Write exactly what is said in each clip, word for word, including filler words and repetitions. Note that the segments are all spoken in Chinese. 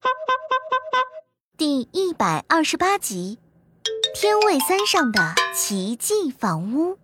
第一百二十八集，天卫三上的奇迹房屋。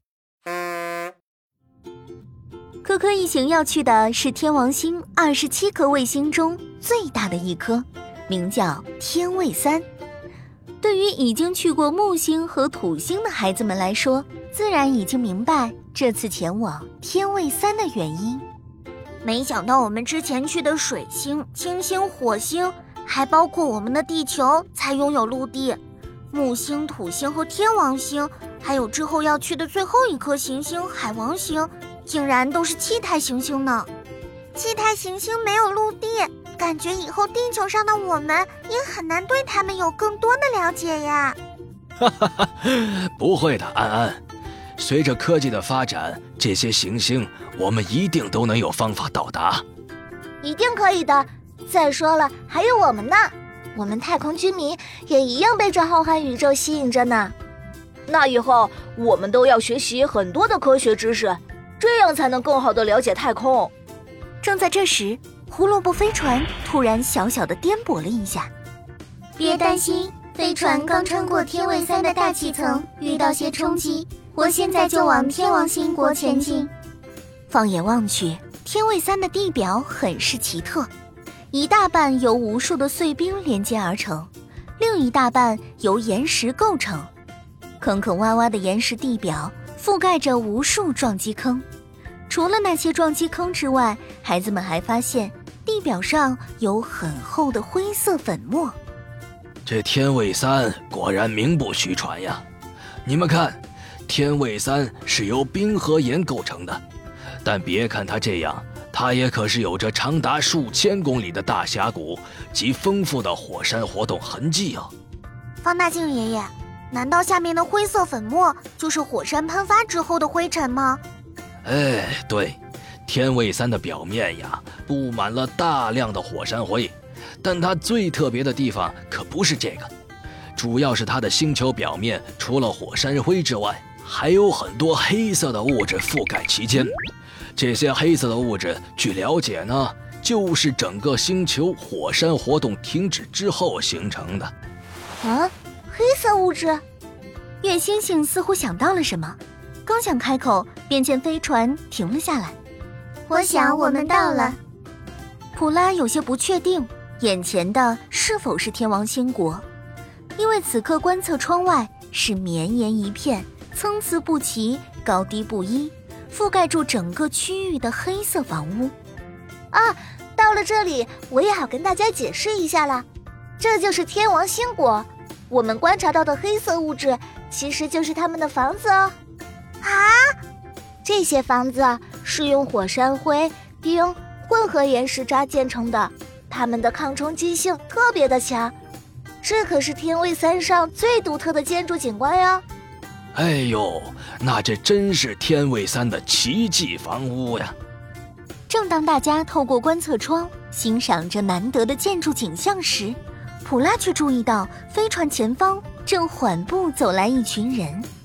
科科一行要去的是天王星二十七颗卫星中最大的一颗，名叫天卫三。对于已经去过木星和土星的孩子们来说，自然已经明白这次前往天卫三的原因。 没想到我们之前去的水星、金星、火星，还包括我们的地球，才拥有陆地。木星、土星和天王星，还有之后要去的最后一颗行星海王星，竟然都是气态行星呢。 气态行星没有陆地，感觉以后地球上的我们也很难对他们有更多的了解呀。 哈哈哈，不会的，安安。随着科技的发展，这些行星我们一定都能有方法到达。 一定可以的。再说了，还有我们呢，我们太空居民也一样被这浩瀚宇宙吸引着呢。 那以后我们都要学习很多的科学知识，这样才能更好地了解太空。 正在这时，胡萝卜飞船突然小小的颠簸了一下。 别担心，飞船刚穿过天卫三的大气层，遇到些冲击，我现在就往天王星国前进。 放眼望去，天卫三的地表很是奇特，一大半由无数的碎冰连接而成，另一大半由岩石构成。坑坑洼洼的岩石地表覆盖着无数撞击坑，除了那些撞击坑之外，孩子们还发现地表上有很厚的灰色粉末。 这天卫三果然名不虚传呀！你们看，天卫三是由冰和岩构成的，但别看它这样，它也可是有着长达数千公里的大峡谷及丰富的火山活动痕迹啊！ 放大镜爷爷，难道下面的灰色粉末就是火山喷发之后的灰尘吗？ 哎，对，天卫三的表面呀，布满了大量的火山灰，但它最特别的地方可不是这个，主要是它的星球表面除了火山灰之外，还有很多黑色的物质覆盖其间。这些黑色的物质，据了解呢，就是整个星球火山活动停止之后形成的。 啊，黑色物质？ 月星星似乎想到了什么，刚想开口，便见飞船停了下来。 我想我们到了。 普拉有些不确定，眼前的是否是天王星国，因为此刻观测窗外是绵延一片，参差不齐，高低不一，覆盖住整个区域的黑色房屋。 啊，到了这里，我也好跟大家解释一下了。这就是天王星国，我们观察到的黑色物质，其实就是他们的房子哦。啊，这些房子是用火山灰、冰混合岩石渣建成的，它们的抗冲击性特别的强。这可是天卫三上最独特的建筑景观哟。 哎呦，那这真是天卫三的奇迹房屋呀！ 正当大家透过观测窗欣赏着难得的建筑景象时，普拉却注意到飞船前方正缓步走来一群人。